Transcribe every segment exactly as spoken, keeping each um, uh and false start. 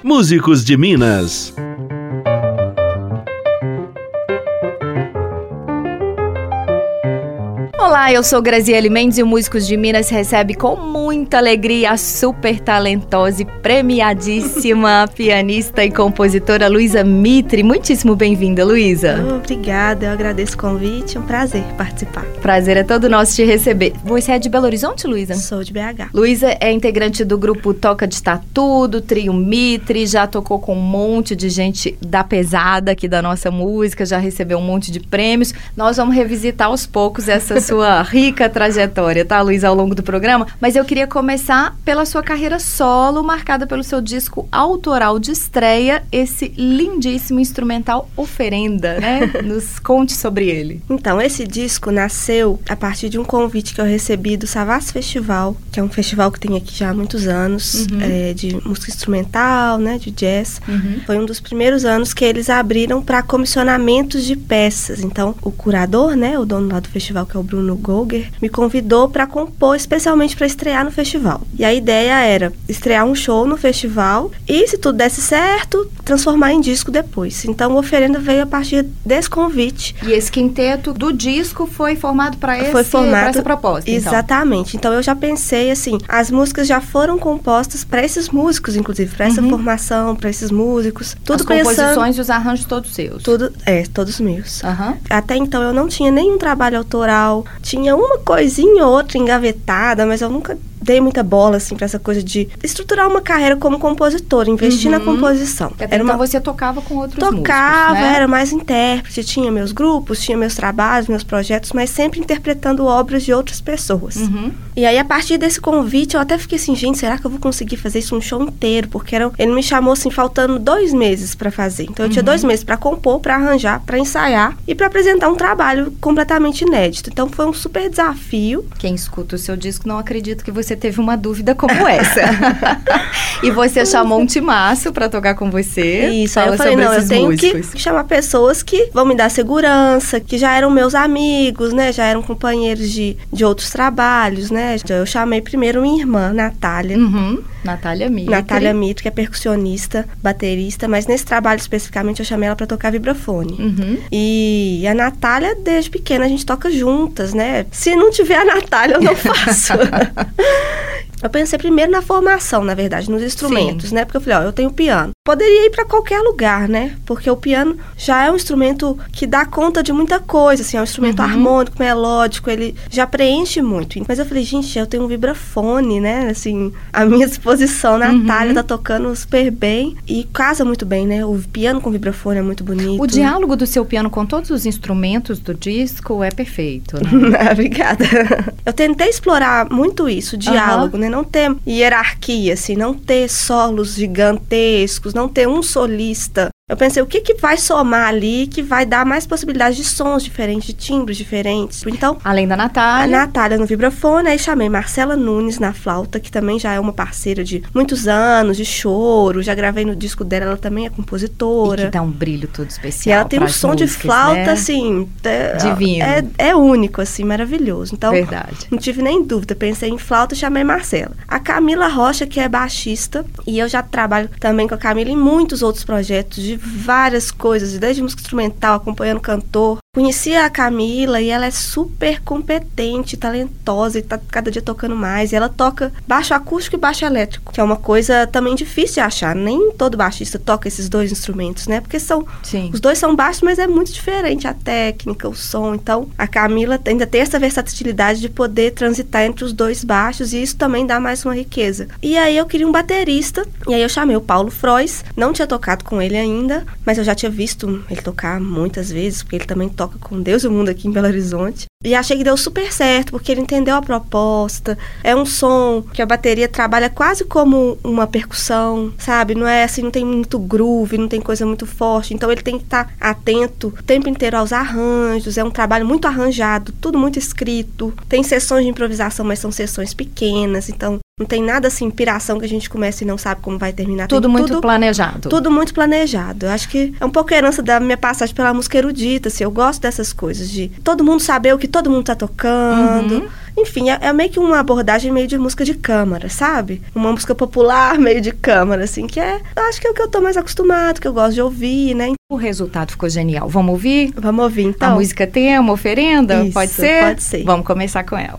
Músicos de Minas. Olá, eu sou Graziele Mendes e o Músicos de Minas recebe com muita alegria a super talentosa e premiadíssima pianista e compositora Luísa Mitre. Muitíssimo bem-vinda, Luísa. Obrigada, eu agradeço o convite, é um prazer participar. Prazer é todo nosso te receber. Você é de Belo Horizonte, Luísa? Sou de B H. Luísa é integrante do grupo Toca de Tatu, do Trio Mitre, já tocou com um monte de gente da pesada aqui da nossa música, já recebeu um monte de prêmios. Nós vamos revisitar aos poucos essa sua rica trajetória, tá, Luísa, ao longo do programa? Mas eu queria começar pela sua carreira solo, marcada pelo seu disco autoral de estreia, esse lindíssimo instrumental Oferenda, né? Nos conte sobre ele. Então, esse disco nasceu a partir de um convite que eu recebi do Savassi Festival, que é um festival que tem aqui já há muitos anos, uhum. é, de música instrumental, né, de jazz. Uhum. Foi um dos primeiros anos que eles abriram para comissionamentos de peças. Então, o curador, né, o dono lá do festival, que é o Bruno Golger, me convidou para compor especialmente para estrear no festival. E a ideia era estrear um show no festival e, se tudo desse certo, transformar em disco depois. Então, o Oferenda veio a partir desse convite. E esse quinteto do disco foi formado para essa proposta, então. Exatamente. Então, eu já pensei assim, as músicas já foram compostas para esses músicos, inclusive, para essa uhum. formação, para esses músicos. Tudo as pensando... composições e os arranjos todos seus. Tudo, é, todos meus. Uhum. Até então, eu não tinha nenhum trabalho autoral. Tinha uma coisinha ou outra engavetada, mas eu nunca dei muita bola, assim, pra essa coisa de estruturar uma carreira como compositora, investir uhum. na composição. Até era então uma... você tocava com outros tocava, músicos, Tocava, né? Era mais intérprete, tinha meus grupos, tinha meus trabalhos, meus projetos, mas sempre interpretando obras de outras pessoas. Uhum. E aí, a partir desse convite, eu até fiquei assim, gente, será que eu vou conseguir fazer isso um show inteiro? Porque era... ele me chamou, assim, faltando dois meses pra fazer. Então, eu uhum. tinha dois meses pra compor, pra arranjar, pra ensaiar e pra apresentar um trabalho completamente inédito. Então, foi um super desafio. Quem escuta o seu disco não acredita que você teve uma dúvida como essa. E você chamou um timaço pra tocar com você. Isso, aí eu falei, não, eu tenho músicos. que chamar pessoas que vão me dar segurança, que já eram meus amigos, né? Já eram companheiros de, de outros trabalhos, né? Eu chamei primeiro minha irmã, Natália. Uhum. Natália Mitre. Natália Mitre, que é percussionista, baterista, mas nesse trabalho especificamente eu chamei ela pra tocar vibrafone. Uhum. E a Natália, desde pequena, a gente toca juntas, né? Se não tiver a Natália, eu não faço. Eu pensei primeiro na formação, na verdade, nos instrumentos, Sim. né? Porque eu falei, ó, eu tenho piano. Poderia ir pra qualquer lugar, né? Porque o piano já é um instrumento que dá conta de muita coisa, assim, é um instrumento uhum. harmônico, melódico, ele já preenche muito. Mas eu falei, gente, eu tenho um vibrafone, né? Assim, a minha disposição, a Natália uhum. tá tocando super bem e casa muito bem, né? O piano com vibrafone é muito bonito. O diálogo do seu piano com todos os instrumentos do disco é perfeito, né? Obrigada. Eu tentei explorar muito isso, o diálogo, uhum. né? Não ter hierarquia, assim, não ter solos gigantescos, não ter um solista. Eu pensei, o que que vai somar ali, que vai dar mais possibilidades de sons diferentes, de timbres diferentes. Então, além da Natália. A Natália no vibrafone, aí chamei Marcela Nunes na flauta, que também já é uma parceira de muitos anos, de choro. Já gravei no disco dela, ela também é compositora. E que dá um brilho todo especial. E ela tem um som músicas, de flauta, né? assim... É, divino. É, é único, assim, maravilhoso. Então, verdade. Não tive nem dúvida. Pensei em flauta e chamei Marcela. A Camila Rocha, que é baixista, e eu já trabalho também com a Camila em muitos outros projetos de várias coisas, desde música instrumental, acompanhando cantor. Conheci a Camila e ela é super competente, talentosa e tá cada dia tocando mais. E ela toca baixo acústico e baixo elétrico, que é uma coisa também difícil de achar. Nem todo baixista toca esses dois instrumentos, né? Porque são... Sim. Os dois são baixos, mas é muito diferente a técnica, o som. Então, a Camila ainda tem essa versatilidade de poder transitar entre os dois baixos e isso também dá mais uma riqueza. E aí eu queria um baterista, e aí eu chamei o Paulo Frois. Não tinha tocado com ele ainda, mas eu já tinha visto ele tocar muitas vezes, porque ele também toca com Deus e o Mundo aqui em Belo Horizonte. E achei que deu super certo, porque ele entendeu a proposta. É um som que a bateria trabalha quase como uma percussão, sabe? Não é assim, não tem muito groove, não tem coisa muito forte. Então ele tem que estar atento o tempo inteiro aos arranjos. É um trabalho muito arranjado, tudo muito escrito. Tem sessões de improvisação, mas são sessões pequenas. Então não tem nada assim, piração que a gente começa e não sabe como vai terminar. Tudo tem muito tudo, planejado. Tudo muito planejado. Eu acho que é um pouco a herança da minha passagem pela música erudita, assim. Eu gosto dessas coisas, de todo mundo saber o que todo mundo tá tocando. Uhum. Enfim, é, é meio que uma abordagem meio de música de câmara, sabe? Uma música popular meio de câmara, assim, que é, eu acho que é o que eu tô mais acostumado, que eu gosto de ouvir, né? O resultado ficou genial. Vamos ouvir? Vamos ouvir, então. A música tema, oferenda? Isso, pode ser? pode ser. Vamos começar com ela.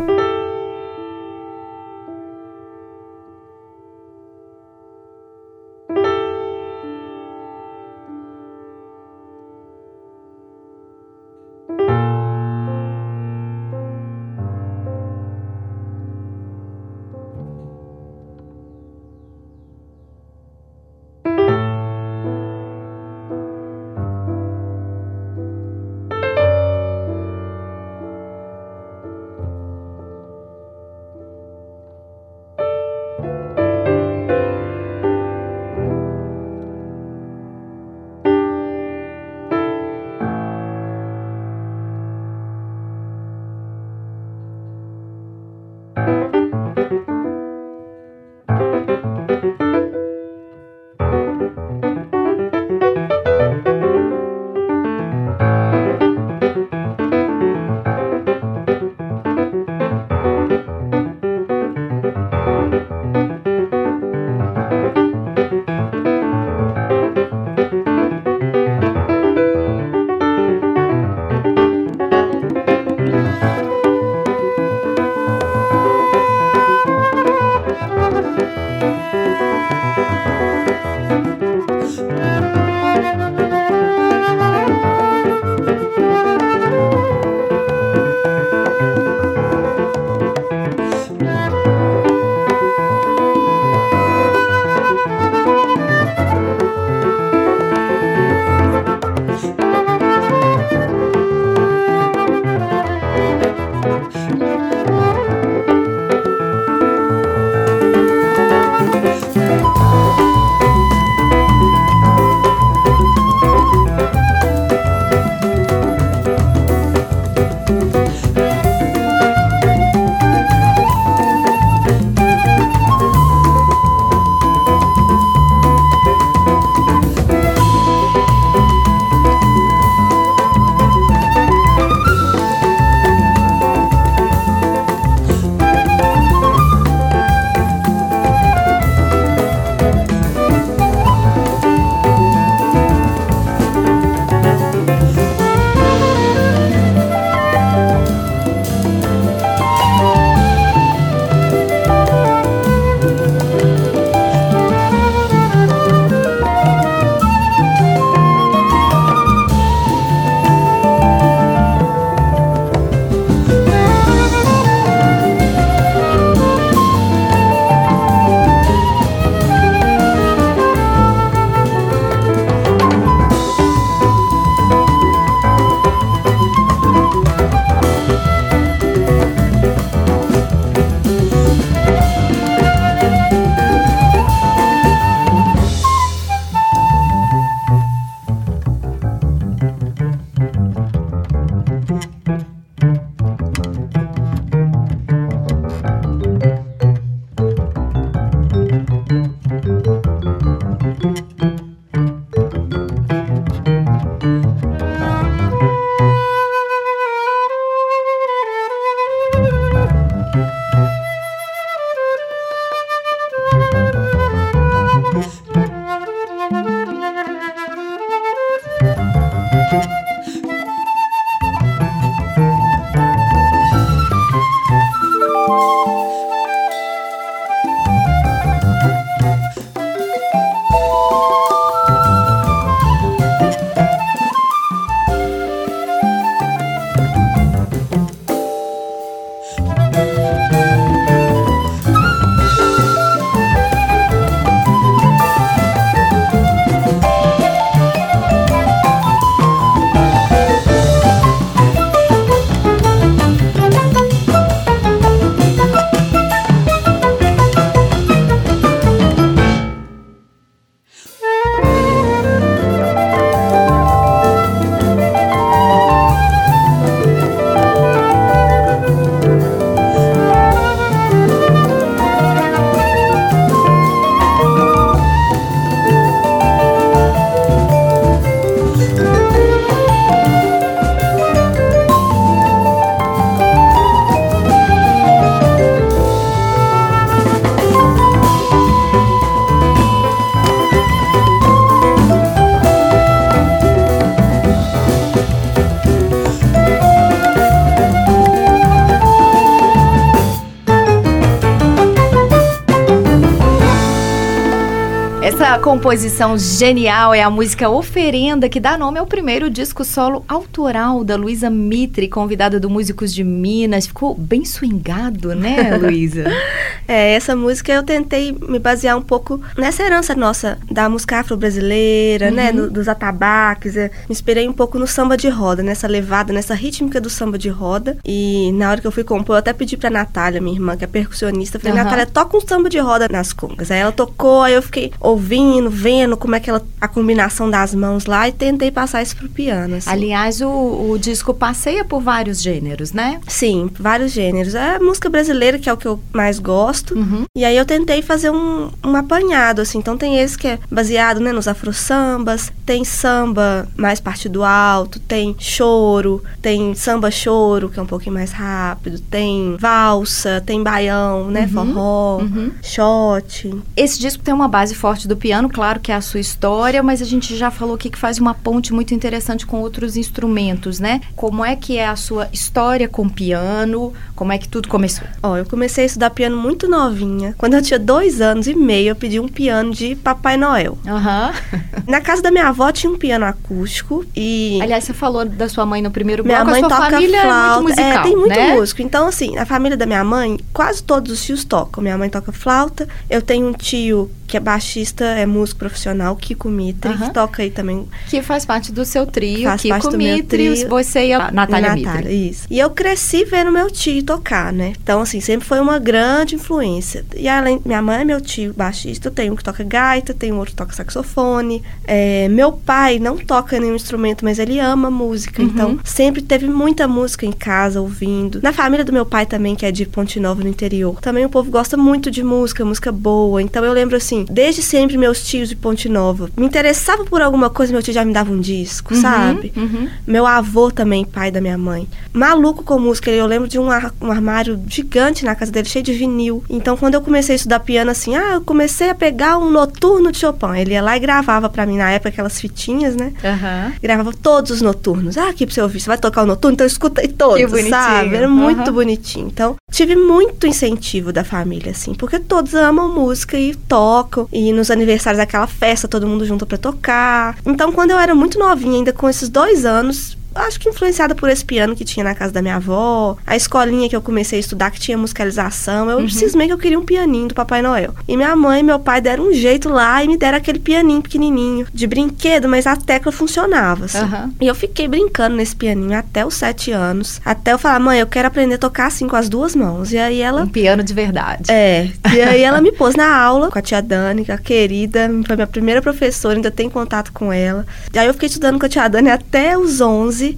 Essa composição genial é a música Oferenda, que dá nome ao primeiro disco solo autoral da Luísa Mitre, convidada do Músicos de Minas. Ficou bem swingado, né, Luísa? É, essa música eu tentei me basear um pouco nessa herança nossa da música afro-brasileira, uhum. né, no, dos atabaques. Eu me inspirei um pouco no samba de roda, nessa levada, nessa rítmica do samba de roda. E na hora que eu fui compor, eu até pedi pra Natália, minha irmã, que é percussionista, falei, uhum. Natália, toca um samba de roda nas congas. Aí ela tocou, aí eu fiquei ouvindo, vendo como é que ela, a combinação das mãos lá, e tentei passar isso pro piano. Assim. Aliás, o, o disco passeia por vários gêneros, né? Sim, vários gêneros. É a música brasileira, que é o que eu mais gosto. Uhum. E aí eu tentei fazer um, um apanhado, assim. Então tem esse que é baseado, né, nos afro-sambas, tem samba mais partido alto, tem choro, tem samba-choro, que é um pouquinho mais rápido, tem valsa, tem baião, né, uhum. forró, uhum. shot. Esse disco tem uma base forte do piano, claro que é a sua história, mas a gente já falou aqui que faz uma ponte muito interessante com outros instrumentos, né? Como é que é a sua história com piano? Como é que tudo começou? Ó, eu comecei a estudar piano muito novinha. Quando eu tinha dois anos e meio, eu pedi um piano de Papai Noel. Uhum. Na casa da minha avó tinha um piano acústico e... Aliás, você falou da sua mãe no primeiro bloco, minha mãe a sua toca família flauta, é muito musical, é, tem muito né? músico. Então, assim, a família da minha mãe, quase todos os tios tocam. Minha mãe toca flauta, eu tenho um tio que é baixista, é músico profissional, Kiko Mitre, uhum. que toca aí também. Que faz parte do seu trio, faz Kiko parte do Mitre, meu trio, você e a Natália, Natália Mitre. Isso. E eu cresci vendo meu tio tocar, né? Então, assim, sempre foi uma grande influência. E além, minha mãe é meu tio baixista, eu tenho um que toca gaita, tenho outro que toca saxofone. É, meu pai não toca nenhum instrumento, mas ele ama música. Uhum. Então, sempre teve muita música em casa, ouvindo. Na família do meu pai também, que é de Ponte Nova, no interior, também o povo gosta muito de música, música boa. Então, eu lembro, assim, desde sempre meus tios de Ponte Nova me interessavam por alguma coisa, meu tio já me dava um disco, uhum, sabe? Uhum. Meu avô também, pai da minha mãe, maluco com música. Eu lembro de um, ar, um armário gigante na casa dele, cheio de vinil. Então, quando eu comecei a estudar piano, assim, ah, eu comecei a pegar um noturno de Chopin. Ele ia lá e gravava pra mim, na época, aquelas fitinhas, né? Uhum. Gravava todos os noturnos. Ah, aqui pra você ouvir, você vai tocar o noturno? Então, escuta aí todos, sabe? Era muito uhum. bonitinho. Então, tive muito incentivo da família, assim, porque todos amam música e tocam. E nos aniversários daquela festa, todo mundo junto pra tocar. Então, quando eu era muito novinha, ainda com esses dois anos, acho que influenciada por esse piano que tinha na casa da minha avó, a escolinha que eu comecei a estudar, que tinha musicalização, eu uhum. cismei que eu queria um pianinho do Papai Noel. E minha mãe e meu pai deram um jeito lá e me deram aquele pianinho pequenininho, de brinquedo, mas a tecla funcionava, assim. Uhum. E eu fiquei brincando nesse pianinho até os sete anos, até eu falar, mãe, eu quero aprender a tocar assim com as duas mãos. E aí ela... Um piano de verdade. É. E aí ela me pôs na aula com a tia Dani, que é a querida, foi minha primeira professora, ainda tenho contato com ela. E aí eu fiquei estudando com a tia Dani até os onze,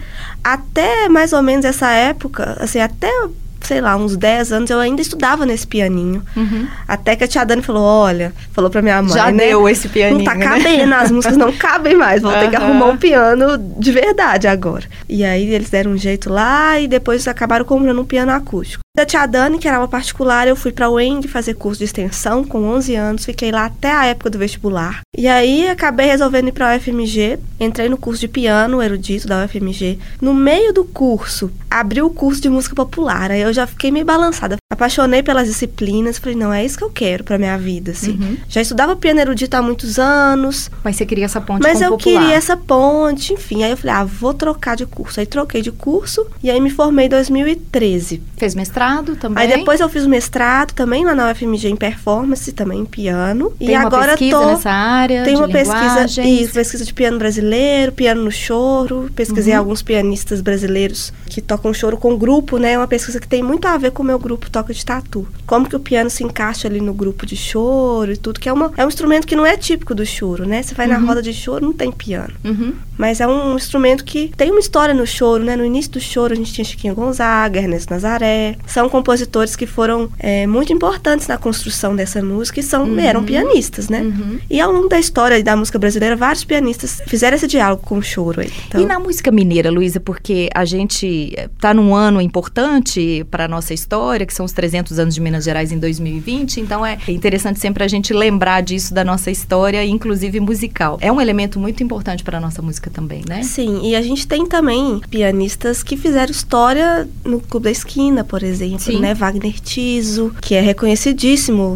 até mais ou menos essa época, assim, até, sei lá, uns dez anos, eu ainda estudava nesse pianinho. Uhum. Até que a tia Dani falou, olha, falou pra minha mãe, já né? deu esse pianinho, não tá né? cabendo, as músicas não cabem mais, vão uhum. ter que arrumar um piano de verdade agora. E aí eles deram um jeito lá e depois acabaram comprando um piano acústico. Da tia Dani, que era uma particular, eu fui pra U E N fazer curso de extensão com onze anos, fiquei lá até a época do vestibular. E aí acabei resolvendo ir pra U F M G, entrei no curso de piano erudito da U F M G. No meio do curso, abriu o curso de música popular, aí eu já fiquei meio balançada. Apaixonei pelas disciplinas, falei, não, é isso que eu quero pra minha vida, assim. Uhum. Já estudava piano erudito há muitos anos. Mas você queria essa ponte Mas com o eu popular. queria essa ponte, enfim. Aí eu falei, ah, vou trocar de curso. Aí troquei de curso e aí me formei em dois mil e treze. Fez mestrado também? Aí depois eu fiz o mestrado também lá na U F M G em performance, também em piano. Tem e uma agora pesquisa tô nessa área Tem de uma linguagens. pesquisa, isso, pesquisa de piano brasileiro, piano no choro. Pesquisei uhum. alguns pianistas brasileiros que tocam choro com grupo, né? É uma pesquisa que tem muito a ver com o meu grupo Toca de Tatu. Como que o piano se encaixa ali no grupo de choro e tudo, que é, uma, é um instrumento que não é típico do choro, né? Você vai uhum. na roda de choro, não tem piano. Uhum. Mas é um instrumento que tem uma história no choro, né? No início do choro a gente tinha Chiquinho Gonzaga, Ernesto Nazaré. São compositores que foram é, muito importantes na construção dessa música e são, uhum. eram pianistas, né? Uhum. E ao longo da história da música brasileira, vários pianistas fizeram esse diálogo com o choro aí. Então... E na música mineira, Luísa, porque a gente tá num ano importante para a nossa história, que são os trezentos anos de Minas Gerais em dois mil e vinte, então é interessante sempre a gente lembrar disso da nossa história, inclusive musical. É um elemento muito importante para a nossa música também, né? Sim, e a gente tem também pianistas que fizeram história no Clube da Esquina, por exemplo, Sim. né? Wagner Tiso, que é reconhecidíssimo.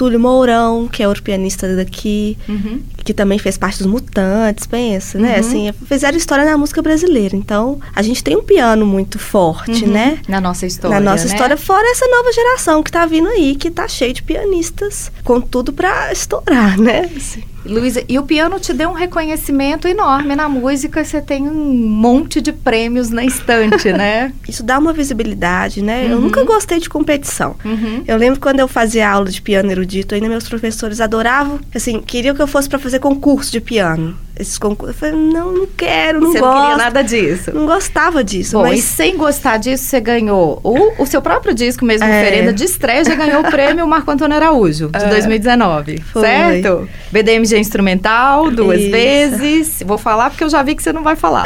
Túlio Mourão, que é outro pianista daqui, Uhum. que também fez parte dos Mutantes, pensa, né? Uhum. Assim, fizeram história na música brasileira. Então, a gente tem um piano muito forte, Uhum. né? Na nossa história, Na nossa né? história, fora essa nova geração que tá vindo aí, que tá cheio de pianistas, com tudo pra estourar, né? Assim. Luísa, e o piano te deu um reconhecimento enorme na música, você tem um monte de prêmios na estante, né? Isso dá uma visibilidade, né? Eu Uhum. nunca gostei de competição. Uhum. Eu lembro quando eu fazia aula de piano erudito, ainda meus professores adoravam, assim, queriam que eu fosse pra fazer concurso de piano. Esses concursos, eu falei, não, não quero, não Você gosto. não queria nada disso. Não gostava disso, Bom, mas... e sem gostar disso, você ganhou o, o seu próprio disco mesmo, É. Oferenda de estreia, já ganhou o prêmio Marco Antônio Araújo, de É. dois mil e dezenove, Foi. certo? B D M G Instrumental, duas Isso. vezes. Vou falar porque eu já vi que você não vai falar.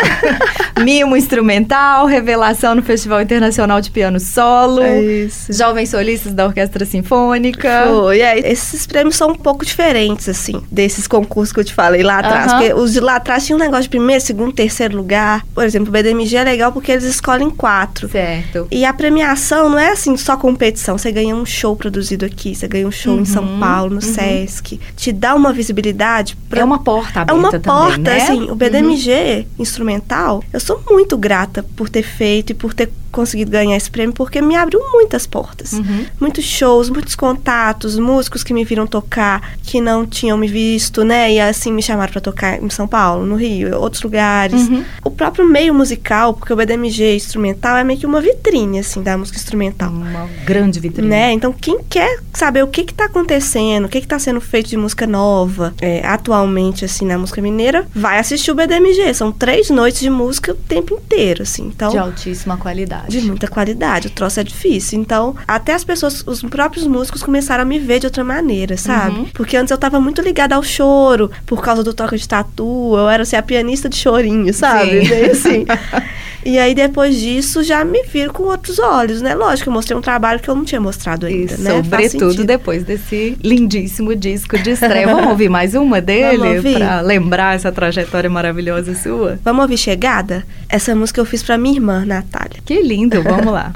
Mimo Instrumental, Revelação no Festival Internacional de Piano Solo. É isso. Jovens Solistas da Orquestra Sinfônica. Foi, é, esses prêmios são um pouco diferentes, assim, desses concursos que eu te falei lá atrás. Aham. Porque os de lá atrás tinham um negócio de primeiro, segundo, terceiro lugar. Por exemplo, o B D M G é legal porque eles escolhem quatro. Certo. E a premiação não é assim só competição. Você ganha um show produzido aqui, você ganha um show Uhum, em São Paulo, no uhum. Sesc. Te dá uma visibilidade. Pra... É uma porta É aberta uma também, porta, né? assim, o B D M G Uhum. instrumental, eu sou muito grata por ter feito e por ter conseguido ganhar esse prêmio, porque me abriu muitas portas. Uhum. Muitos shows, muitos contatos, músicos que me viram tocar, que não tinham me visto, né? E assim, me chamaram pra tocar em São Paulo, no Rio, outros lugares. Uhum. O próprio meio musical, porque o B D M G instrumental é meio que uma vitrine, assim, da música instrumental. Uma grande vitrine. Né? Então, quem quer saber o que que tá acontecendo, o que que tá sendo feito de música nova, é, atualmente, assim, na música mineira, vai assistir o B D M G. São três noites de música o tempo inteiro, assim. Então, De altíssima qualidade. de muita qualidade. O troço é difícil. Então, até as pessoas, os próprios músicos começaram a me ver de outra maneira, sabe? Uhum. Porque antes eu tava muito ligada ao choro, por causa do Toca de Tatu. Eu era, assim, a pianista de chorinho, sabe? Sim. Bem assim. E aí, depois disso, já me viram com outros olhos, né? Lógico, eu mostrei um trabalho que eu não tinha mostrado ainda, Isso, né? Faz sobretudo sentido. depois desse lindíssimo disco de estreia. Vamos ouvir mais uma dele? Vamos ouvir. Pra lembrar essa trajetória maravilhosa sua? Vamos ouvir Chegada? Essa música eu fiz pra minha irmã, Natália. Que lindo, vamos lá.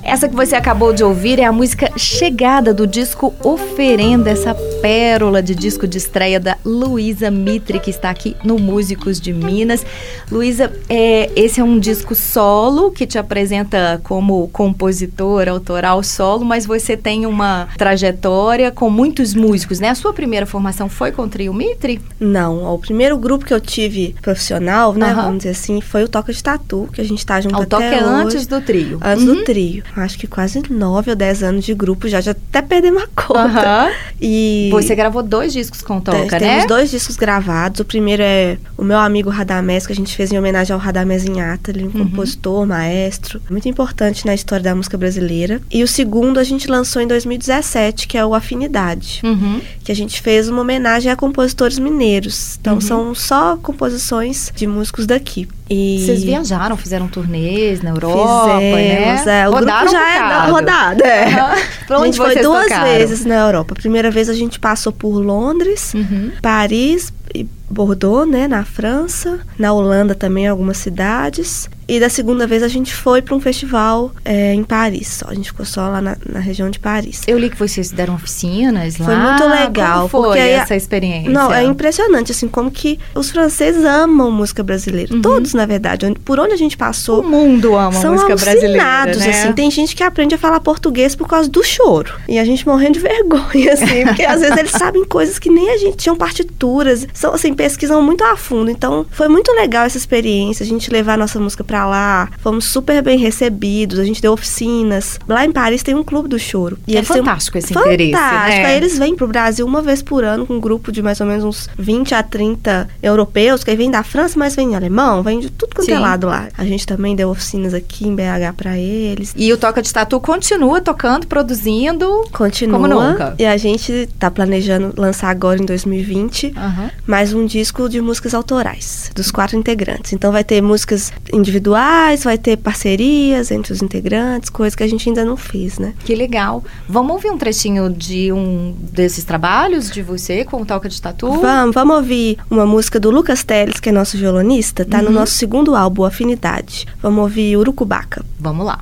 Essa que você acabou de ouvir é a música Chegada, do disco Oferenda, essa pérola de disco de estreia da Luísa Mitre, que está aqui no Músicos de Minas. Luísa, é, esse é um disco solo que te apresenta como compositora, autoral solo, mas você tem uma trajetória com muitos músicos, né? A sua primeira formação foi com o Trio Mitre? Não, o primeiro grupo que eu tive profissional, né, Uhum. vamos dizer assim, foi o Toca de Tatu, que a gente tá junto O até toque é hoje. antes do trio. Antes Uhum. do trio. Acho que quase nove ou dez anos de grupo já, já até perdemos a conta. Uhum. E Você gravou dois discos com o Toca, temos né? dois discos gravados. O primeiro é o meu amigo Radamés, que a gente fez em homenagem ao Radamés Inhatali, um Uhum. compositor, maestro, muito importante na história da música brasileira. E o segundo a gente lançou em dois mil e dezessete, que é o Afinidade, Uhum. que a gente fez uma homenagem a compositores mineiros. Então Uhum. são só composições de músicos daqui. E Vocês viajaram, fizeram turnês na Europa, fizemos, né? é, o Rodaram grupo já um é bocado. rodado, é. Uhum. Pra A onde gente foi vocês duas tocaram? vezes na Europa. A primeira vez a gente passou por Londres, Uhum. Paris e Bordeaux, né, na França. Na Holanda também, algumas cidades. E da segunda vez a gente foi para um festival é, em Paris. Só. A gente ficou só lá na, na região de Paris. Eu li que vocês deram oficinas lá. Foi muito legal, Como foi porque aí a- essa experiência? Não, é impressionante, assim, como que os franceses amam música brasileira. Uhum. Todos, na verdade. Onde- Por onde a gente passou, O mundo ama são música brasileira, alucinados, né? assim. Tem gente que aprende a falar português por causa do choro. E a gente morrendo de vergonha, assim. Porque às vezes eles sabem coisas que nem a gente. Tinham partituras. São, assim, pesquisam muito a fundo. Então, foi muito legal essa experiência. A gente levar a nossa música pra lá. Fomos super bem recebidos. A gente deu oficinas. Lá em Paris tem um clube do choro. E É eles têm um- fantástico esse interesse, Fantástico. né? Aí eles vêm pro Brasil uma vez por ano com um grupo de mais ou menos uns vinte a trinta europeus, que aí vem da França, mas vem alemão, vem de tudo quanto Sim. é lado lá. A gente também deu oficinas aqui em B H pra eles. E o Toca de Tatu continua tocando, produzindo. Continua. Como nunca. E a gente tá planejando lançar agora em dois mil e vinte Aham. mais um disco de músicas autorais, dos quatro integrantes. Então vai ter músicas individuais, vai ter parcerias entre os integrantes, coisa que a gente ainda não fez, né? Que legal. Vamos ouvir um trechinho de um desses trabalhos de você com o Toca de Tatu? Vamos, vamos ouvir uma música do Lucas Teles, que é nosso violonista, tá Uhum. no nosso segundo álbum, Afinidade. Vamos ouvir Urucubaca. Vamos lá.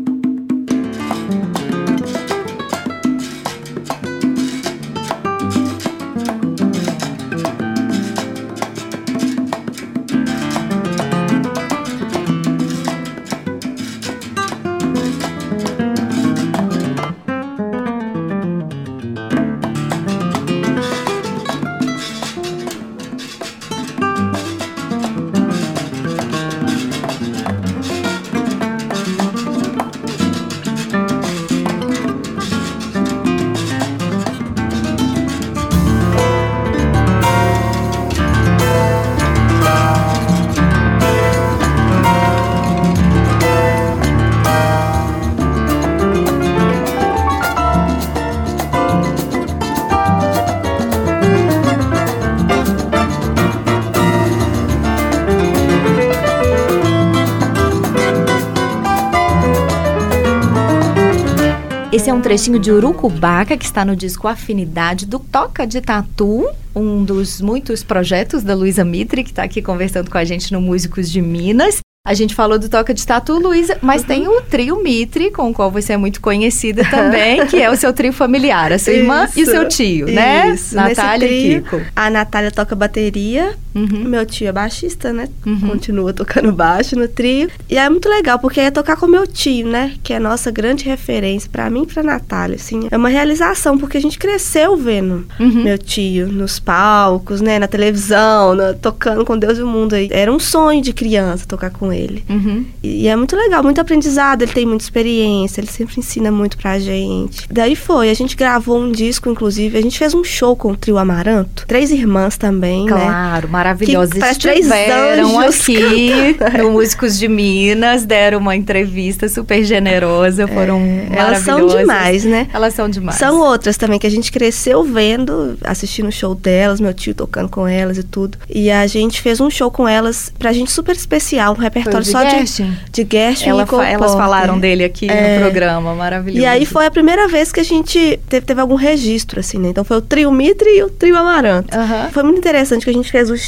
Esse é um trechinho de Urucubaca, que está no disco Afinidade, do Toca de Tatu, um dos muitos projetos da Luísa Mitre, que está aqui conversando com a gente no Músicos de Minas. A gente falou do Toca de Tatu, Luísa, mas uhum. tem o trio Mitre, com o qual você é muito conhecida também, que é o seu trio familiar, a sua irmã Isso, e o seu tio, né? Isso. Natália trio, e Kiko. A Natália toca bateria, Uhum. meu tio é baixista, né? Uhum. Continua tocando baixo no trio. E é muito legal, porque é tocar com meu tio, né? Que é a nossa grande referência, pra mim e pra Natália, assim. É uma realização, porque a gente cresceu vendo Uhum. meu tio nos palcos, né? Na televisão, na, tocando com Deus e o mundo aí. Era um sonho de criança tocar com ele. Uhum. E, e é muito legal, muito aprendizado, ele tem muita experiência, ele sempre ensina muito pra gente. Daí foi, a gente gravou um disco, inclusive, a gente fez um show com o trio Amaranto, três irmãs também, claro, né? Claro, maravilhosas. Que parece três Estiveram anjos aqui cantando. no Músicos de Minas, deram uma entrevista super generosa, foram É, elas são maravilhosas. demais, né? Elas são demais. São outras também, que a gente cresceu vendo, assistindo o show delas, meu tio tocando com elas e tudo. E a gente fez um show com elas, pra gente super especial, um repertório de só Gershwin? de, de Gershwin Ela e fa Cole Elas Porter. falaram dele aqui É. no programa, maravilhoso. E aí foi a primeira vez que a gente teve, teve algum registro, assim, né? Então foi o trio Mitre e o trio Amaranto. Uhum. Foi muito interessante que a gente fez o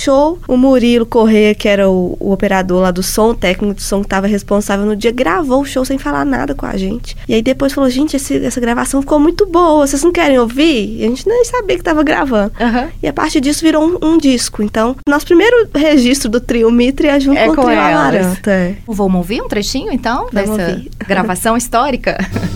show, o Murilo Corrêa, que era o, o operador lá do som, o técnico do som que estava responsável no dia, gravou o show sem falar nada com a gente. E aí depois falou, gente, esse, essa gravação ficou muito boa, vocês não querem ouvir? E a gente nem sabia que estava gravando. Uhum. E a partir disso virou um, um disco. Então, nosso primeiro registro do Trio Mitre é junto é com, com o Trio Amaranto. É. Vamos ouvir um trechinho, então, Vamos dessa ouvir. gravação histórica?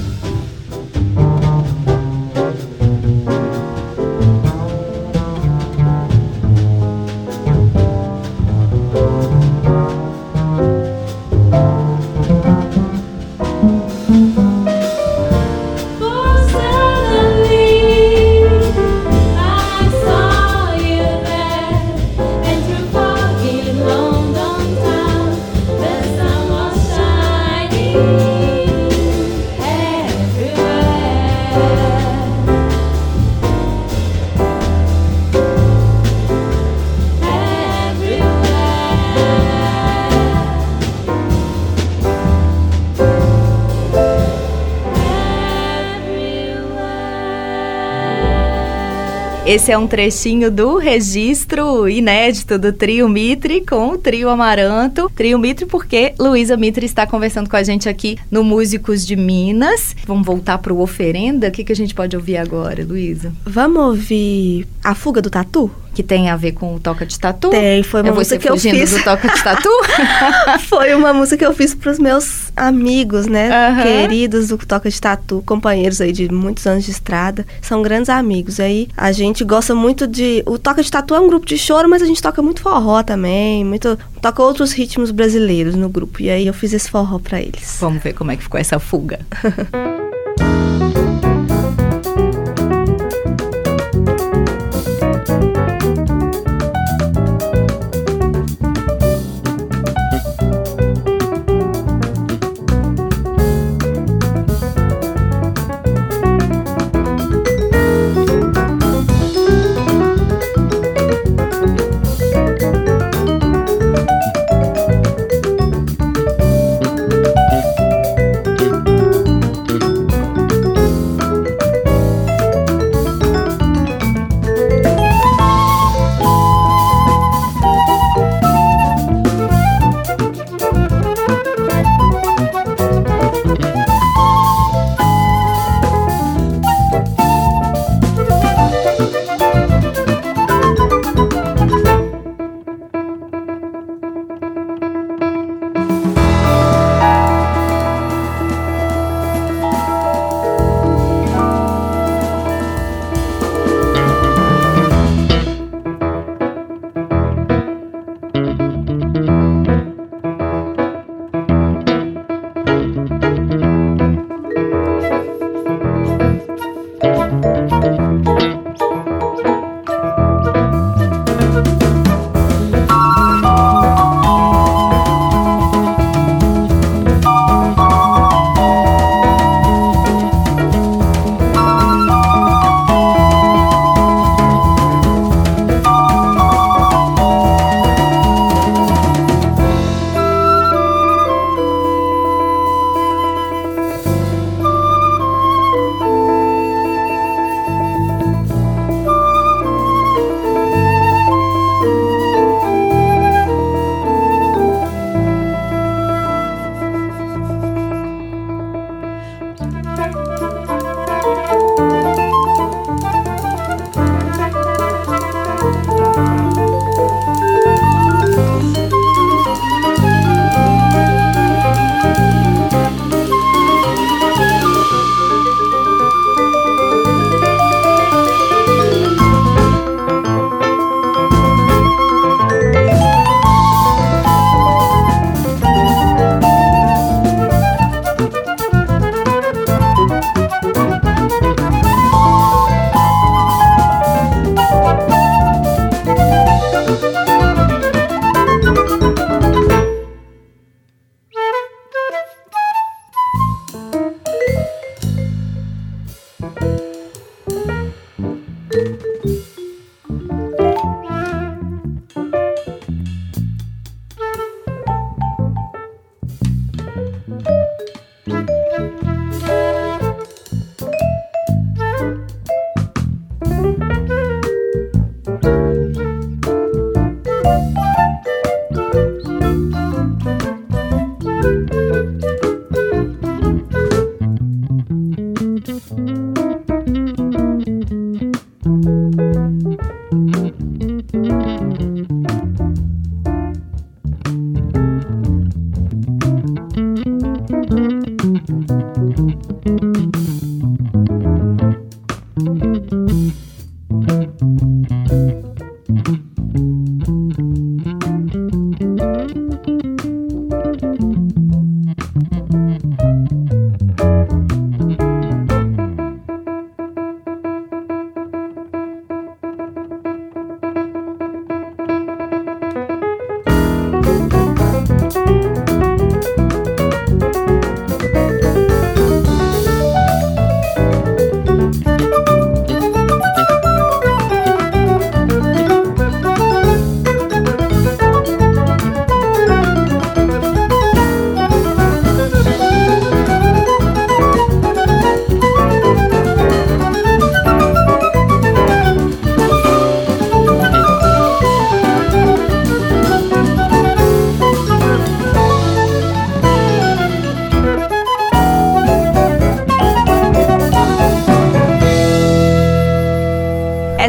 Esse é um trechinho do registro inédito do Trio Mitre com o Trio Amaranto. Trio Mitre porque Luísa Mitre está conversando com a gente aqui no Músicos de Minas. Vamos voltar para o Oferenda? O que, que a gente pode ouvir agora, Luísa? Vamos ouvir A Fuga do Tatu? Que tem a ver com o Toca de Tatu? Tem, foi uma é música que eu fiz. do Toca de Tatu? Foi uma música que eu fiz para os meus amigos, né? Uhum. Queridos do Toca de Tatu, companheiros aí de muitos anos de estrada. São grandes amigos. Aí a gente gosta muito de... O Toca de Tatu é um grupo de choro, mas a gente toca muito forró também. Muito... Toca outros ritmos brasileiros no grupo. E aí eu fiz esse forró para eles. Vamos ver como é que ficou essa fuga.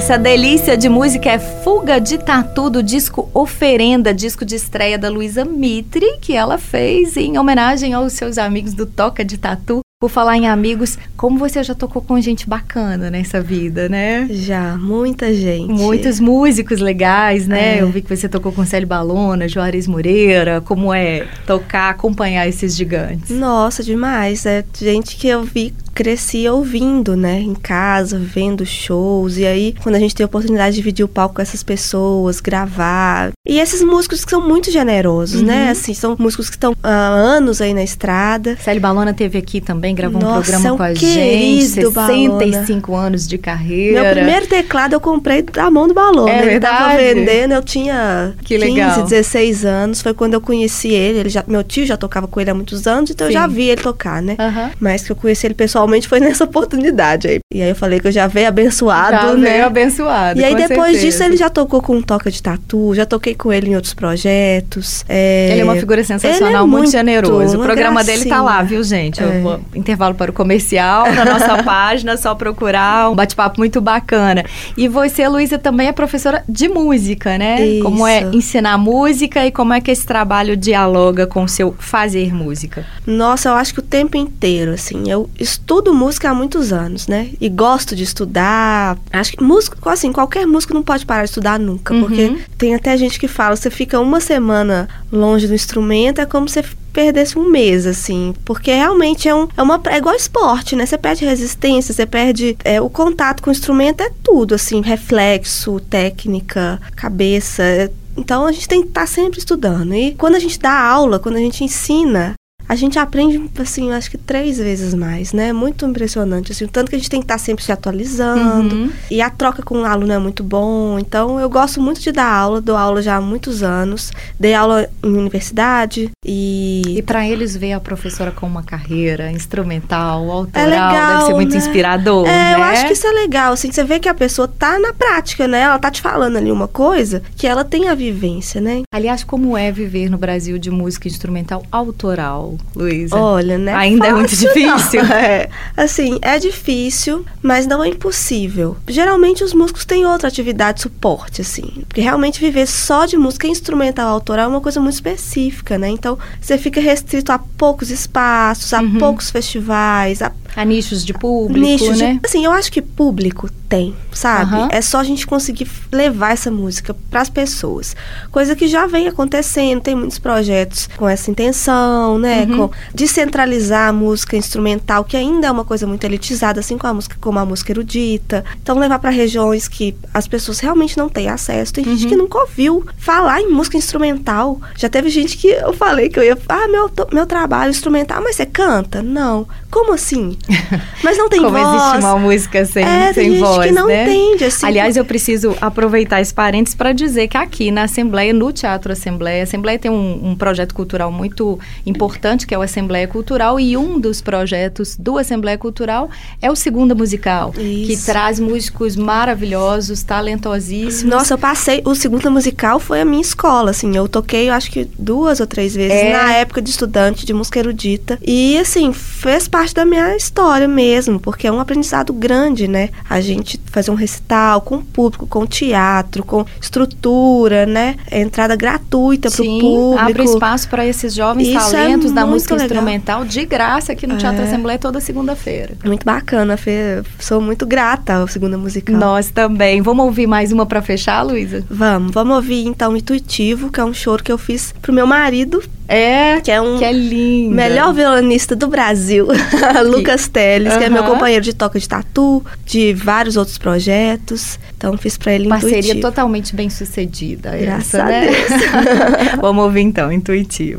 Essa delícia de música é Fuga de Tatu, do disco Oferenda, disco de estreia da Luísa Mitre, que ela fez em homenagem aos seus amigos do Toca de Tatu. Por falar em amigos, como você já tocou com gente bacana nessa vida, né? Já, muita gente. Muitos músicos legais, né? É. Eu vi que você tocou com Célio Balona, Juarez Moreira. Como é tocar, acompanhar esses gigantes? Nossa, demais. É gente que eu vi, cresci ouvindo, né? Em casa, vendo shows. E aí, quando a gente tem a oportunidade de dividir o palco com essas pessoas, gravar. E esses músicos que são muito generosos, Uhum. né? Assim, são músicos que estão há anos aí na estrada. Célio Balona teve aqui também, gravou Nossa, um programa é um com a gente. querido sessenta e cinco Balona. anos de carreira. Meu primeiro teclado eu comprei da mão do Balona. É Ele tava verdade? vendendo, eu tinha Que quinze, legal. dezesseis anos. Foi quando eu conheci ele. ele já, meu tio já tocava com ele há muitos anos, então Sim. eu já vi ele tocar, né? Aham. Mas que eu conheci ele pessoalmente foi nessa oportunidade aí. E aí eu falei que eu já veio abençoado, Já né? veio abençoado, E aí com depois certeza. disso ele já tocou com um Toca de Tatu, já toquei com ele em outros projetos. É... Ele é uma figura sensacional, Ele é muito, muito, generoso. O uma programa dele tá gracinha. lá, viu, gente? Eu É. vou- intervalo para o comercial, na nossa página, só procurar, um bate-papo muito bacana. E você, Luísa, também é professora de música, né? Isso. Como é ensinar música e como é que esse trabalho dialoga com o seu fazer música? Nossa, eu acho que o tempo inteiro, assim, eu estudo música há muitos anos, né? E gosto de estudar. Acho que músico, assim, qualquer músico não pode parar de estudar nunca, Uhum. porque tem até gente que fala, você fica uma semana longe do instrumento, é como se você perdesse um mês, assim, porque realmente é, um, é, uma, é igual esporte, né? Você perde resistência, você perde é, o contato com o instrumento, é tudo, assim, reflexo, técnica, cabeça. é- Então a gente tem que estar sempre estudando. E quando a gente dá aula, quando a gente ensina, a gente aprende, assim, acho que três vezes mais, né? Muito impressionante, assim, o tanto que a gente tem que estar sempre se atualizando. Uhum. E a troca com o aluno é muito bom. Então, eu gosto muito de dar aula, dou aula já há muitos anos. Dei aula em universidade E e... para eles ver a professora com uma carreira instrumental, autoral, É legal, deve ser muito né? inspirador, É, né? eu acho que isso é legal, assim, você vê que a pessoa tá na prática, né? Ela tá te falando ali uma coisa que ela tem a vivência, né? Aliás, como é viver no Brasil de música instrumental autoral, Luísa? Olha, né? Ainda é muito Fácil, difícil. não. É, assim, é difícil, mas não é impossível. Geralmente os músicos têm outra atividade de suporte, assim. Porque realmente viver só de música instrumental autoral é uma coisa muito específica, né? Então, você fica restrito a poucos espaços, a Uhum. poucos festivais, a Há nichos de público, nichos de- né? Assim, eu acho que público tem, sabe? Aham. É só a gente conseguir levar essa música pras pessoas. Coisa que já vem acontecendo, tem muitos projetos com essa intenção, né? Uhum. Com descentralizar a música instrumental, que ainda é uma coisa muito elitizada, assim como a música, como a música erudita. Então, levar para regiões que as pessoas realmente não têm acesso. Tem gente Uhum. que nunca ouviu falar em música instrumental. Já teve gente que eu falei que eu ia... Ah, meu, to- meu trabalho instrumental, mas você canta? Não. Como assim? Mas não tem Como voz. existe uma música sem, É, sem tem gente voz, que não né? entende, assim. Aliás, eu preciso aproveitar esse parênteses para dizer que aqui na Assembleia, no Teatro Assembleia, a Assembleia tem um, um projeto cultural muito importante, que é o Assembleia Cultural, e um dos projetos do Assembleia Cultural é o Segunda Musical, que Isso. traz músicos maravilhosos, talentosíssimos. Nossa, eu passei... O Segunda Musical foi a minha escola, assim. Eu toquei, eu acho que duas ou três vezes É. na época de estudante de música erudita. E, assim, fez parte da minha história mesmo, porque é um aprendizado grande, né? A gente fazer um recital com o público, com teatro, com estrutura, né? Entrada gratuita pro Sim, público. abre espaço para esses jovens Isso é talentos da muito música legal. instrumental de graça aqui no Teatro É. Assembleia toda segunda-feira. Muito bacana, Fê. Sou muito grata ao Segunda Musical. Nós também. Vamos ouvir mais uma para fechar, Luísa? Vamos, vamos ouvir então Intuitivo, que é um choro que eu fiz pro meu marido, É, que é um que é lindo. melhor violonista do Brasil, Lucas Teles, que é meu Aham. companheiro de toca de tatu, de vários outros projetos. Então fiz pra ele Parceria Intuitivo. totalmente bem sucedida. Graças essa, a né? Deus. Vamos ouvir então, Intuitivo.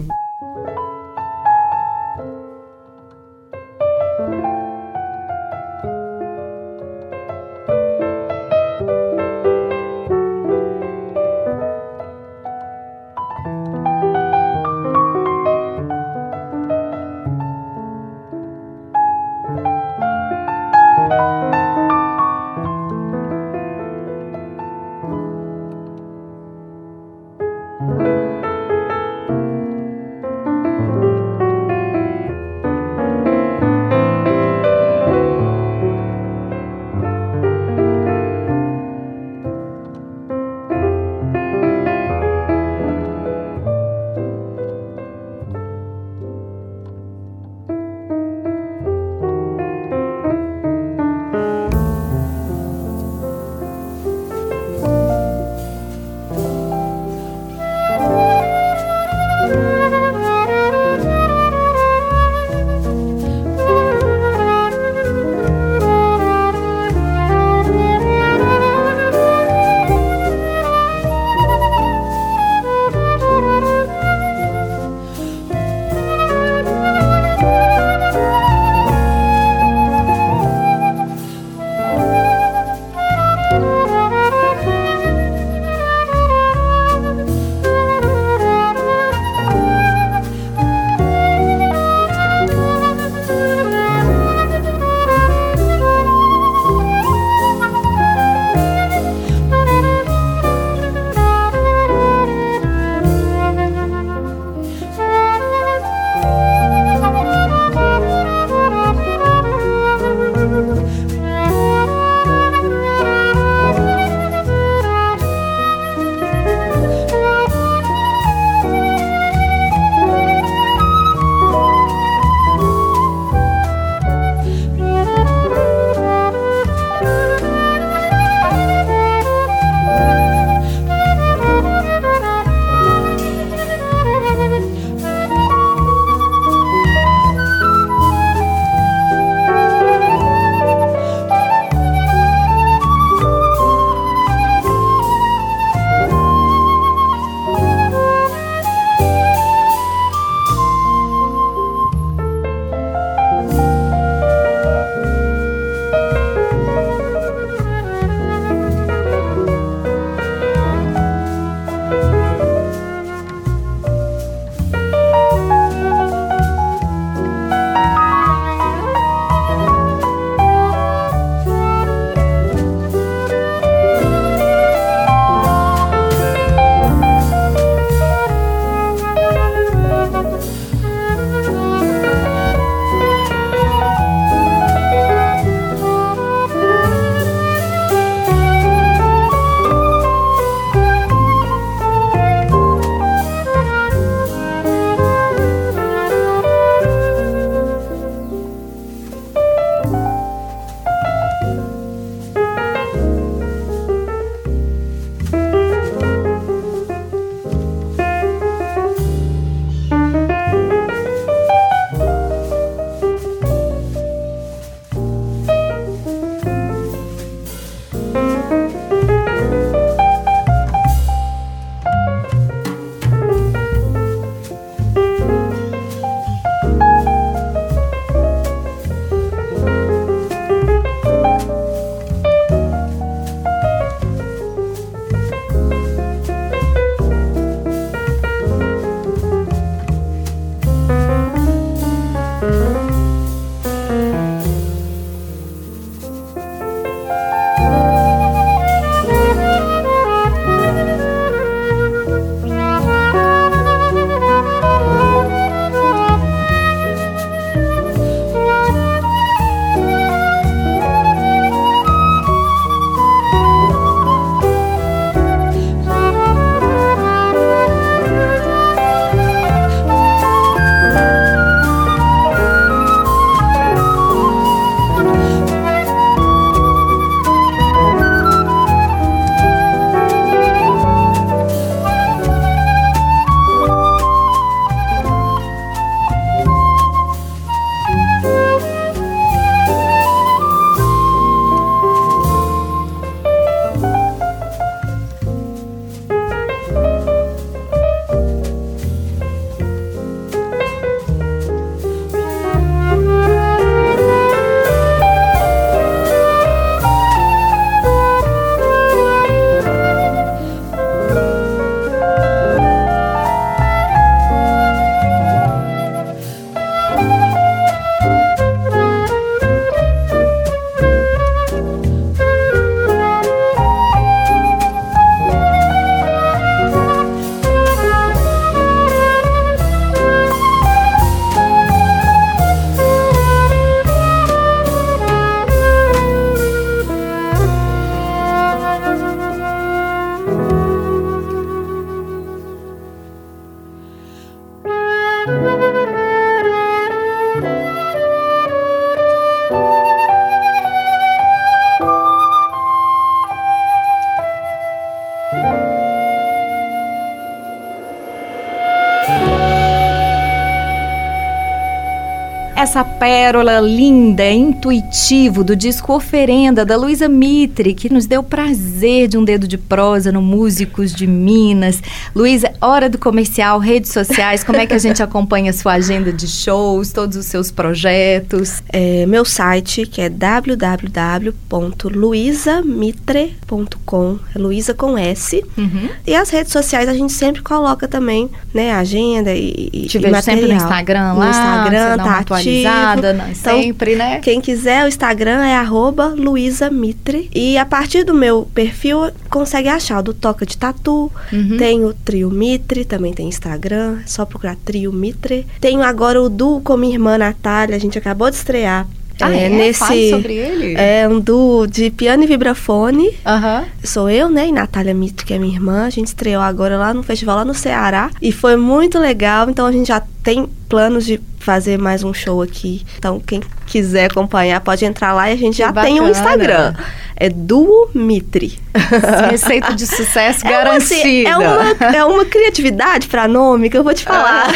Essa pérola linda, intuitivo do disco Oferenda, da Luísa Mitre, que nos deu prazer de um dedo de prosa no Músicos de Minas. Luísa, hora do comercial, redes sociais, como é que a gente acompanha a sua agenda de shows, todos os seus projetos? É, meu site, que é w w w ponto luisa mitre ponto com, é Luísa com S. Uhum. E as redes sociais a gente sempre coloca também, né, a agenda e, e Te vejo material. Sempre no Instagram lá, no Instagram, tá ativo. Não, então, sempre, né? Quem quiser, o Instagram é arroba Luísa Mitre. E a partir do meu perfil, consegue achar o do Toca de Tatu. Uhum. Tem o Trio Mitre, também tem Instagram. É só procurar Trio Mitre. Tenho agora o duo com minha irmã Natália. A gente acabou de estrear. Ah, é? Nesse, Fale sobre ele? É um duo de piano e vibrafone. Uhum. Sou eu, né? E Natália Mitre, que é minha irmã. A gente estreou agora lá no festival, lá no Ceará. E foi muito legal. Então, a gente já tem planos de fazer mais um show aqui. Então, quem quiser acompanhar, pode entrar lá. E a gente que já bacana. Tem um Instagram. É Duo Mitre. Receita de sucesso é garantida. Uma, assim, é, uma, é uma criatividade pra nome que eu vou te falar.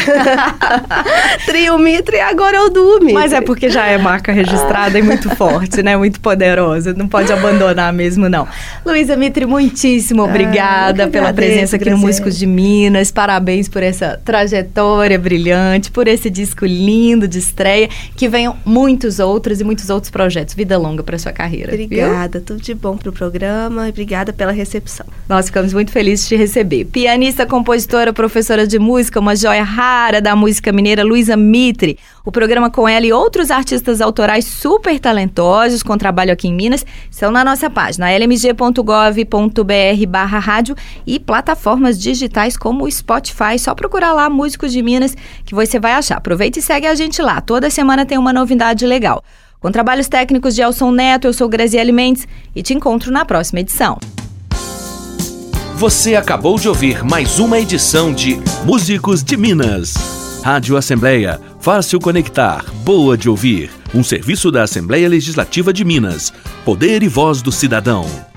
Ah. Trio Mitre, agora é o Duo Mitre. Mas é porque já é marca registrada ah. e muito forte, né? Muito poderosa. Não pode abandonar mesmo, não. Luísa Mitre, muitíssimo obrigada ah, pela agradeço, presença aqui no Músicos de Minas. Parabéns por essa trajetória brilhante, por esse disco lindo de estreia. Que venham muitos outros e muitos outros projetos. Vida longa pra sua carreira. Obrigada. Viu? Tudo de bom pro programa e obrigada pela recepção. Nós ficamos muito felizes de te receber. Pianista, compositora, professora de música, uma joia rara da música mineira, Luísa Mitre. O programa com ela e outros artistas autorais super talentosos com trabalho aqui em Minas estão na nossa página l m g ponto gov ponto b r barra rádio e plataformas digitais como o Spotify. Só procurar lá Músicos de Minas que você vai achar. Aproveita e segue a gente lá. Toda semana tem uma novidade legal. Com trabalhos técnicos de Elson Neto, eu sou Graziele Mendes e te encontro na próxima edição. Você acabou de ouvir mais uma edição de Músicos de Minas. Rádio Assembleia, fácil conectar, boa de ouvir. Um serviço da Assembleia Legislativa de Minas. Poder e voz do cidadão.